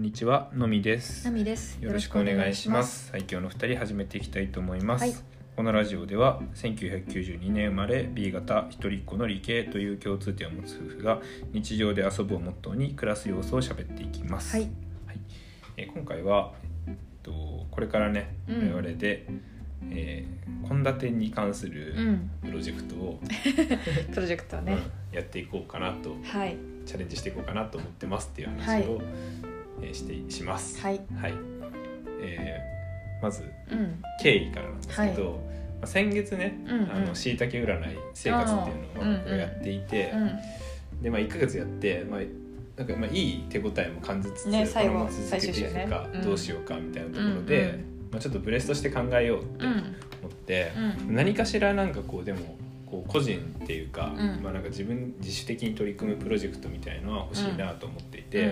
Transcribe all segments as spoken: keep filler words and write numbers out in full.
にちは、のみです。 なみです。 よろしくお願いします。最強のふたり始めていきたいと思います、 はい、 このラジオではせんきゅうひゃくきゅうじゅうにねん生まれ ビー 型一人っ子の理系という共通点を持つ夫婦が日常で遊ぶをモットーに暮らす様子を喋っていきます。 はいはいえー、今回は、えっと、これからね、 うん、 我々で献立、えー、に関するプロジェクトを、 うん、プロジェクトね、 うん、やっていこうかなと、 はい、 チャレンジしていこうかなと思ってますっていう話を、 はいえー、してします。 はい、 はいえー、まず、 うん、 経緯からなんですけど、はいまあ、先月ね、 うんうん、 あの椎茸占い生活っていうのを僕がやっていて、 うんうん、 でまあ、いっかげつやって、まあなんかまあいい手応えも感じつつ、 ね、最後このまま続けていくか、 ねうん、 どうしようかみたいなところで、うんうんまあ、ちょっとブレストして考えようって思って、うん、何かしらなんかこうでもこう個人っていうか、うんまあ、なんか自分自主的に取り組むプロジェクトみたいのは欲しいなと思っていて、うんうん、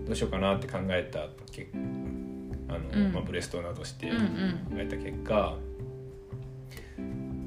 どうしようかなって考えた結あの、うんまあ、ブレストなどして考えた結果、うんうん、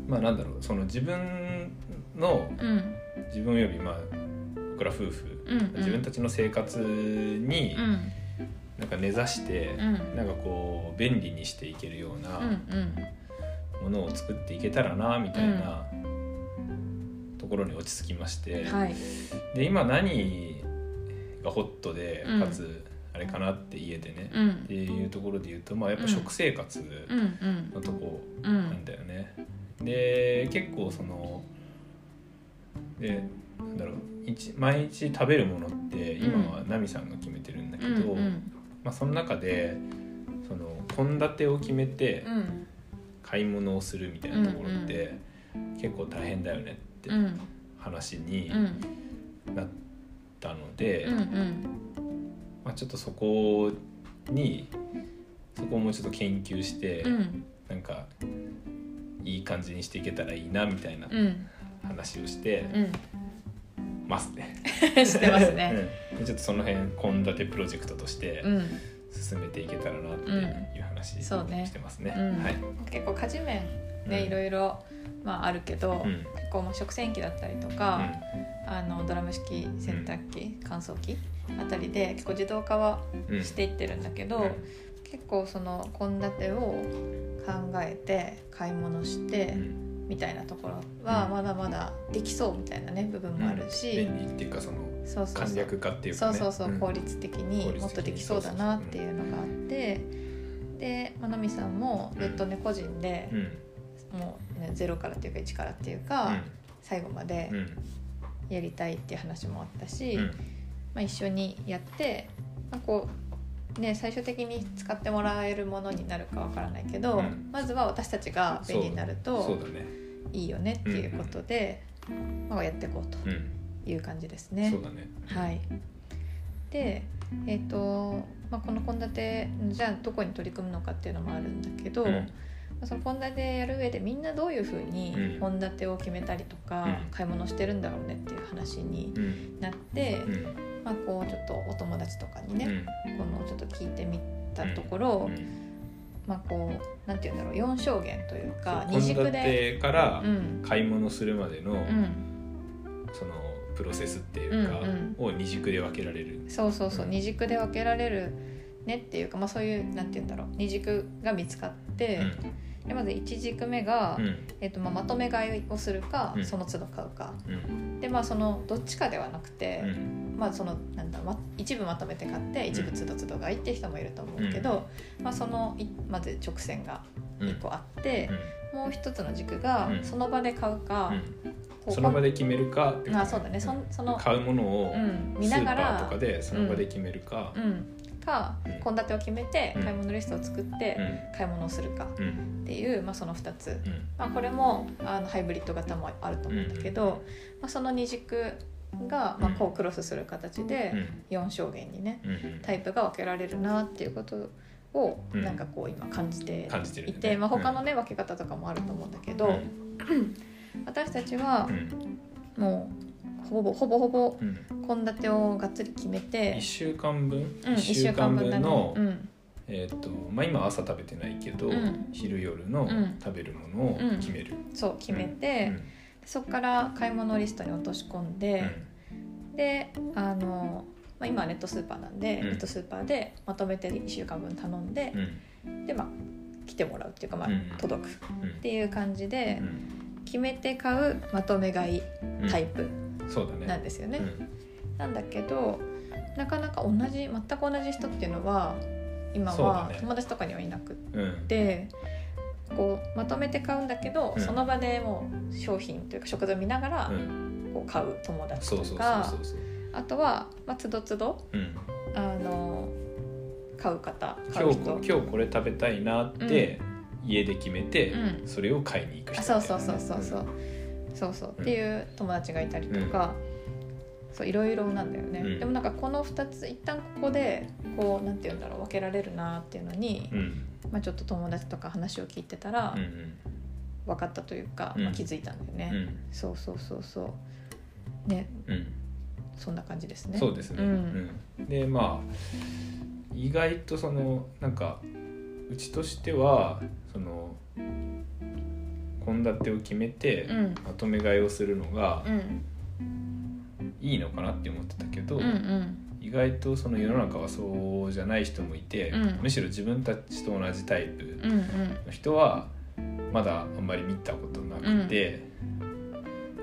まあなんだろうその自分の、うん、自分よりまあ僕ら夫婦、うんうん、自分たちの生活に、うんなんか根ざして、うん、なんかこう便利にしていけるようなものを作っていけたらなみたいなところに落ち着きまして、うんはい、で今何がホットでかつあれかなって家でね、うん、っていうところで言うと、まあ、やっぱ食生活のとこなんだよね、うん、で結構そのでなんだろう毎日食べるものって今はナミさんが決めてるんだけど、うんうんまあ、その中でその献立を決めて買い物をするみたいなところって結構大変だよねって話になったので、まあ、ちょっとそこにそこをもうちょっと研究してなんかいい感じにしていけたらいいなみたいな話をしてますねしてますね、 うん、ちょっとその辺献立プロジェクトとして進めていけたらなっていう話をしてますね、うんねはい、結構家事面ね、うん、いろいろ、まあ、あるけど、うん、結構まあ食洗機だったりとか、うん、あのドラム式洗濯機、うん、乾燥機あたりで結構自動化はしていってるんだけど、うん、結構その献立を考えて買い物してみたいなところはまだまだできそうみたいなね部分もあるし、 便利っていうかその簡略化っていうかねそうそうそう、うん、効率的にもっとできそうだなっていうのがあって、でまなみさんも別途ね個人で、うん、もう、ね、ゼロからっていうかいちからっていうか、うん、最後までやりたいっていう話もあったし、うんまあ、一緒にやって、まあ、こうね、最終的に使ってもらえるものになるかわからないけど、うん、まずは私たちが便利になるといいよねっていうことで、うんうんまあ、やっていこうという感じですね。 そうだね、 はい、で、えーとまあ、この献立じゃあどこに取り組むのかっていうのもあるんだけど、うんその献立やる上でみんなどういうふうに献立を決めたりとか、うん、買い物してるんだろうねっていう話になって、うんまあ、こうちょっとお友達とかにね、うん、このちょっと聞いてみたところ、うんまあ、こうなんていうんだろうよん証言というか二軸で献立から買い物するまでの、うん、そのプロセスっていうか、うんうん、を二軸で分けられるそうそうそう、うん、二軸で分けられるねっていうか、まあ、そういうなんていうんだろう二軸が見つかって、うんでまずいち軸目が、うんえーとまあ、まとめ買いをするか、うん、その都度買うか、うん、でまあそのどっちかではなくて、うんまあ、そのなんだ、ま、一部まとめて買って一部都度都度買いっていう人もいると思うけど、うんまあ、そのまず直線がいっこあって、うん、もう一つの軸がその場で買うか、 うん、その場で決めるかっていうか、 あそうだね、そその買うものをスーパーとかでその場で決めるか、 うんうんか献立を決めて買い物リストを作って買い物をするかっていう、まあ、そのふたつ、まあ、これもあのハイブリッド型もあると思うんだけど、まあ、その二軸がまあこうクロスする形でよん証言にねタイプが分けられるなっていうことをなんかこう今感じていて、まあ、他のね分け方とかもあると思うんだけど私たちはもうほぼほぼほぼ献立をがっつり決めていっしゅうかんぶん、 うん、いっしゅうかんぶんの、 うんえーとまあ、今朝食べてないけど、うん、昼夜の食べるものを決める、 うんうん、そう決めて、うん、そこから買い物リストに落とし込んで、うん、であのまあ、今はネットスーパーなんで、うん、ネットスーパーでまとめていっしゅうかんぶん頼んで、うん、でまあ来てもらうっていうか、まあ、届くっていう感じで、うん、決めて買うまとめ買いタイプなんですよね。うんそうだねうん、なんだけどなかなか同じ全く同じ人っていうのは今は友達とかにはいなくって、うん、こうまとめて買うんだけど、うん、その場でもう商品というか食材を見ながらこう買う友達とか、あとは、まあ、つどつど、うん、あの買う方買う人今日、今日これ食べたいなって、うん、家で決めて、うん、それを買いに行く人みたいな、ね、 そうそうそうそうそう、うん、そうそうっていう友達がいたりとか、うん、そういろいろなんだよね、うん、でもなんかこのふたつ一旦ここでこうなんていうんだろう分けられるなっていうのに、うんまあ、ちょっと友達とか話を聞いてたら、うんうん、分かったというか、まあ、気づいたんだよね、うん、そうそうそうそうね、うん、そんな感じですね。 そうですね、うんうん、でまあ意外とそのなんかうちとしてはその献立を決めてまとめ買いをするのがいいのかなって思ってたけど、うんうん、意外とその世の中はそうじゃない人もいて、うん、むしろ自分たちと同じタイプの人はまだあんまり見たことなくて、うん、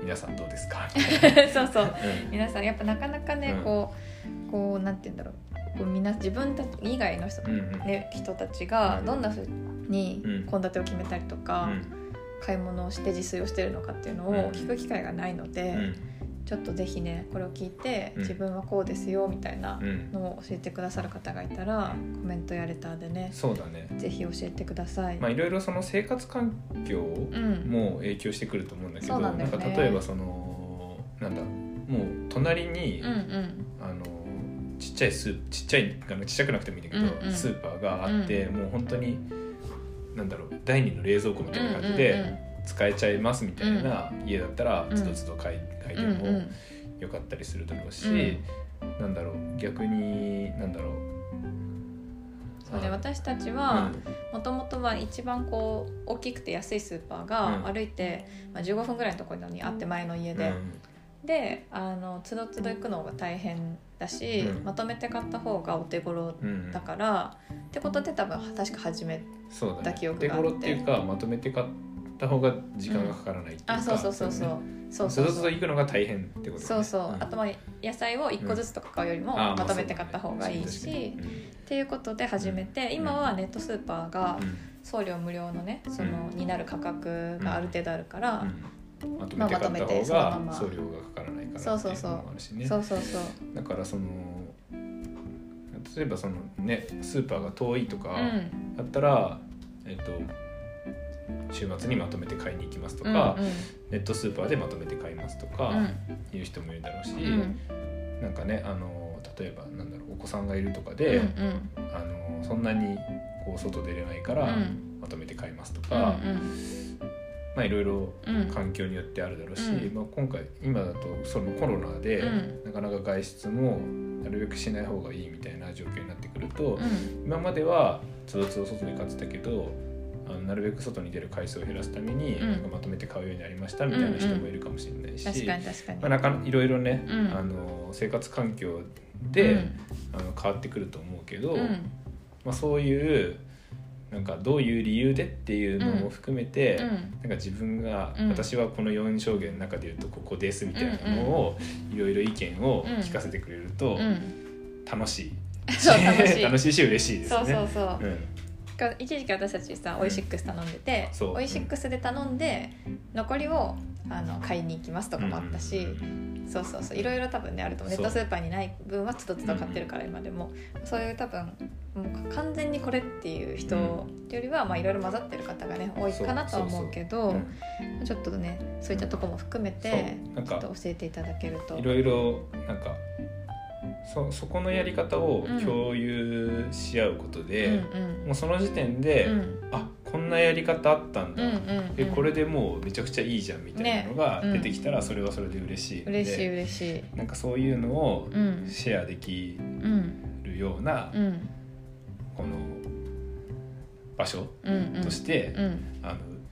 皆さんどうですかそうそう、うん、皆さんやっぱなかなかね、うん、こうこうなんて言うんだろうこうみんな自分たち以外の人、ねうんうん、人たちがどんな風に献立を決めたりとか、うん、買い物をして自炊をしてるのかっていうのを聞く機会がないので、うん、ちょっとぜひねこれを聞いて、うん、自分はこうですよみたいなのを教えてくださる方がいたら、うん、コメントやレターでね、 そうだねぜひ教えてください。 まあいろいろその生活環境も影響してくると思うんだけど、うん、なんだよね、なんか例えばそのなんだもう隣に、うんうん、あのちっちゃいスーちっちゃいちっちゃくなくてもいいんだけど、うんうん、スーパーがあって、うん、もう本当になんだろう第二の冷蔵庫みたいな感じで使えちゃいますみたいな家だったらつどつど買い買いでもよかったりするだろうし、うん、なんだろう逆になんだろうそうね、私たちはもともとは一番こう大きくて安いスーパーが歩いて、うんまあ、じゅうごふんぐらいのところにあって前の家で、うん、であのつどつど行くのが大変だし、うん、まとめて買った方がお手頃だから、うん、ってことで多分確か始めた記憶があって、 そうだね、お手頃っていうかまとめて買った方が時間がかからないっていうか、うん、あそうそうそうそうそうそうそうそう行くのが大変ってこと、ね、 そうそう、うん、あとまあ野菜をいっこずつとか買うよりもまとめて買った方がいいし、うん、っていうことで始めて、うん、今はネットスーパーが送料無料のねそのになる価格がある程度あるから、 うんうんまとめて買った方が送料がかからないからっていうのもあるしね。 そうそうそうだからその例えばそのねスーパーが遠いとかだったら、うん、えっと週末にまとめて買いに行きますとか、うんうん、ネットスーパーでまとめて買いますとかいう人もいるだろうし、うん、なんかねあの例えばなんだろうお子さんがいるとかで、うんうん、あのそんなにこう外出れないからまとめて買いますとか、うんうんまあ、いろいろ環境によってあるだろうし、うんまあ、今回今だとそのコロナでなかなか外出もなるべくしない方がいいみたいな状況になってくると、うん、今まではつどつど外で買ってたけどあのなるべく外に出る回数を減らすために、うん、なんかまとめて買うようになりましたみたいな人もいるかもしれないし、 確かに確かに、 まあ、なんかいろいろね、うん、あの生活環境で、うん、あの変わってくると思うけど、うんまあ、そういうなんかどういう理由でっていうのも含めて、うん、なんか自分が、うん、私はこのよん証言の中で言うとここですみたいなのをいろいろ意見を聞かせてくれると楽しい、 うん、そう楽しい楽しいし嬉しいですね。 そうそうそう、うん一時期私たちさオイシックス頼んでて、うん、オイシックスで頼んで残りをあの買いに行きますとかもあったし、うん、そうそうそういろいろ多分ねあると思う。ネットスーパーにない分はつどつど買ってるから今でも、うん、そういう多分もう完全にこれっていう人よりは、まあいろいろ混ざってる方がね多いかなとは思うけど、うん、ちょっとねそういったところも含めてちょっと教えていただけるといろいろなんかそ, そこのやり方を共有し合うことで、うん、もうその時点で、うん、あこんなやり方あったんだ、うんうんうん、でこれでもうめちゃくちゃいいじゃんみたいなのが出てきたらそれはそれで嬉しいので、 嬉しい嬉しいなんかそういうのをシェアできるような、うん、この場所として、うんうん、あの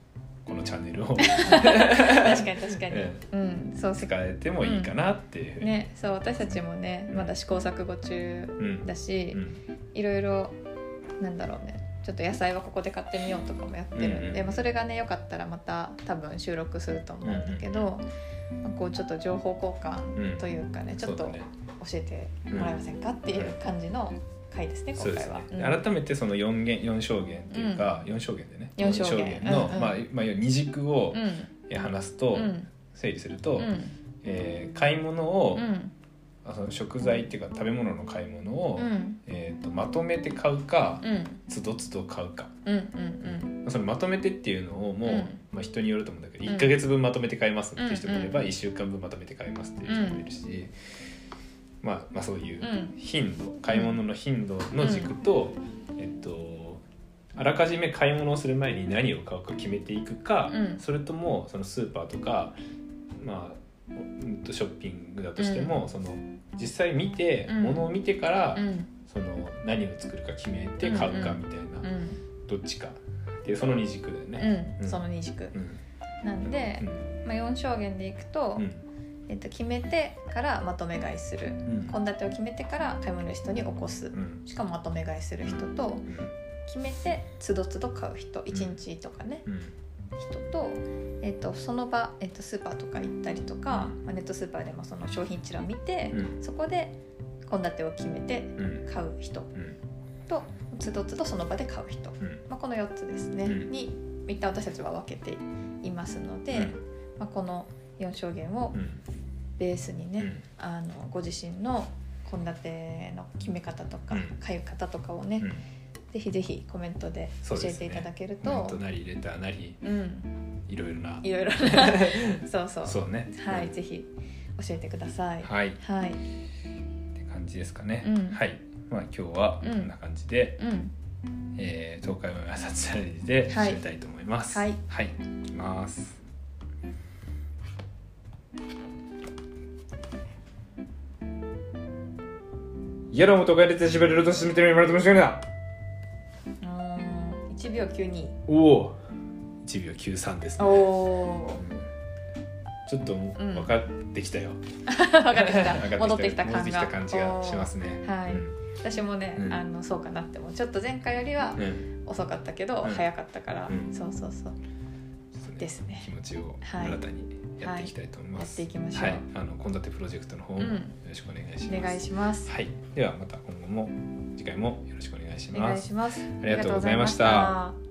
このチャンネルを確かに確かに、 うん、そう使えてもいいかなっていう、 うん、ね、そう私たちもねまだ試行錯誤中だし、うんうん、いろいろなんだろうね、ちょっと野菜はここで買ってみようとかもやってるんで、うんうん、まあ、それがねよかったらまた多分収録すると思うんだけど、うんうん、まあ、こうちょっと情報交換というかね、うん、ちょっと教えてもらえませんかっていう感じの回ですね、今回は。 ね、うん、改めてその4元4象限っていうか、うん、よん象限でねよん象限の、 うんうん、 まあまあ、二軸を話すと、うん、整理すると、うん、えー、買い物を、うん、その食材っていうか食べ物の買い物を、うん、えー、とまとめて買うか、うん、つどつど買うか、うんうんうん、そのまとめてっていうのをもう、うん、まあ、人によると思うんだけど、うん、いっかげつぶんまとめて買いますっていう人もいれば、うん、いっしゅうかんぶんまとめて買いますっていう人もいるし、うん、まあ、まあそういう頻度、うん、買い物の頻度の軸と、うん、えっとあらかじめ買い物をする前に何を買うか決めていくか、うん、それともそのスーパーとか、まあショッピングだとしても、うん、その実際見て、うん、物を見てから、うん、その何を作るか決めて買うかみたいな、うん、どっちかっていうその二軸だよね、 うんうん、その二軸、うん、なんで、うん、まあ、よん象限でいくと、うん、えっと、決めてからまとめ買いする献立、うん、を決めてから買い物リストに起こす、うん、しかもまとめ買いする人と、うん、決めてつどつど買う人、いちにちとかね、うん、人と、えー、とその場、えー、とスーパーとか行ったりとか、うん、まあ、ネットスーパーでもその商品一覧見て、うん、そこで献立を決めて買う人、うん、とつどつどその場で買う人、うん、まあ、このよっつですね、うん、にいった私たちは分けていますので、うん、まあ、このよん象限をベースにね、うん、あのご自身の献立の決め方とか、うん、買い方とかをね、うん、ぜひぜひコメントで教えていただけると、 コメントなりレターなり、うん、いろいろないろいろなそうそうそうね、 はい、ぜひ教えてください。 はい、 はい、 って感じですかね、うん、はい、まあ、今日はこんな感じで、うんうん、えー、東海オンエアサツラジで締めたいと思います。 はい、 はい、いきます。ギャラも東海でしばれると進めてみると面白いな。 いちびょうきゅうに。 おお、いちびょうきゅうさんですね。おお、ちょっと分かってきたよ、うん、分かってきた戻ってきた感が戻ってきた感じがしますね。 はい、うん、私もね、うん、あのそうかなってもちょっと前回よりは遅かったけど、うん、早かったから、うん、そうそうそう、ね、ですね。 気持ちを新たにやっていきたいと思います。 はいはい、やっていきましょう。はい、 あの献立プロジェクトの方もよろしくお願いします。 お願いします。 はい、ではまた今後も次回もよろしくお願いします。 お願いします。 ありがとうございました。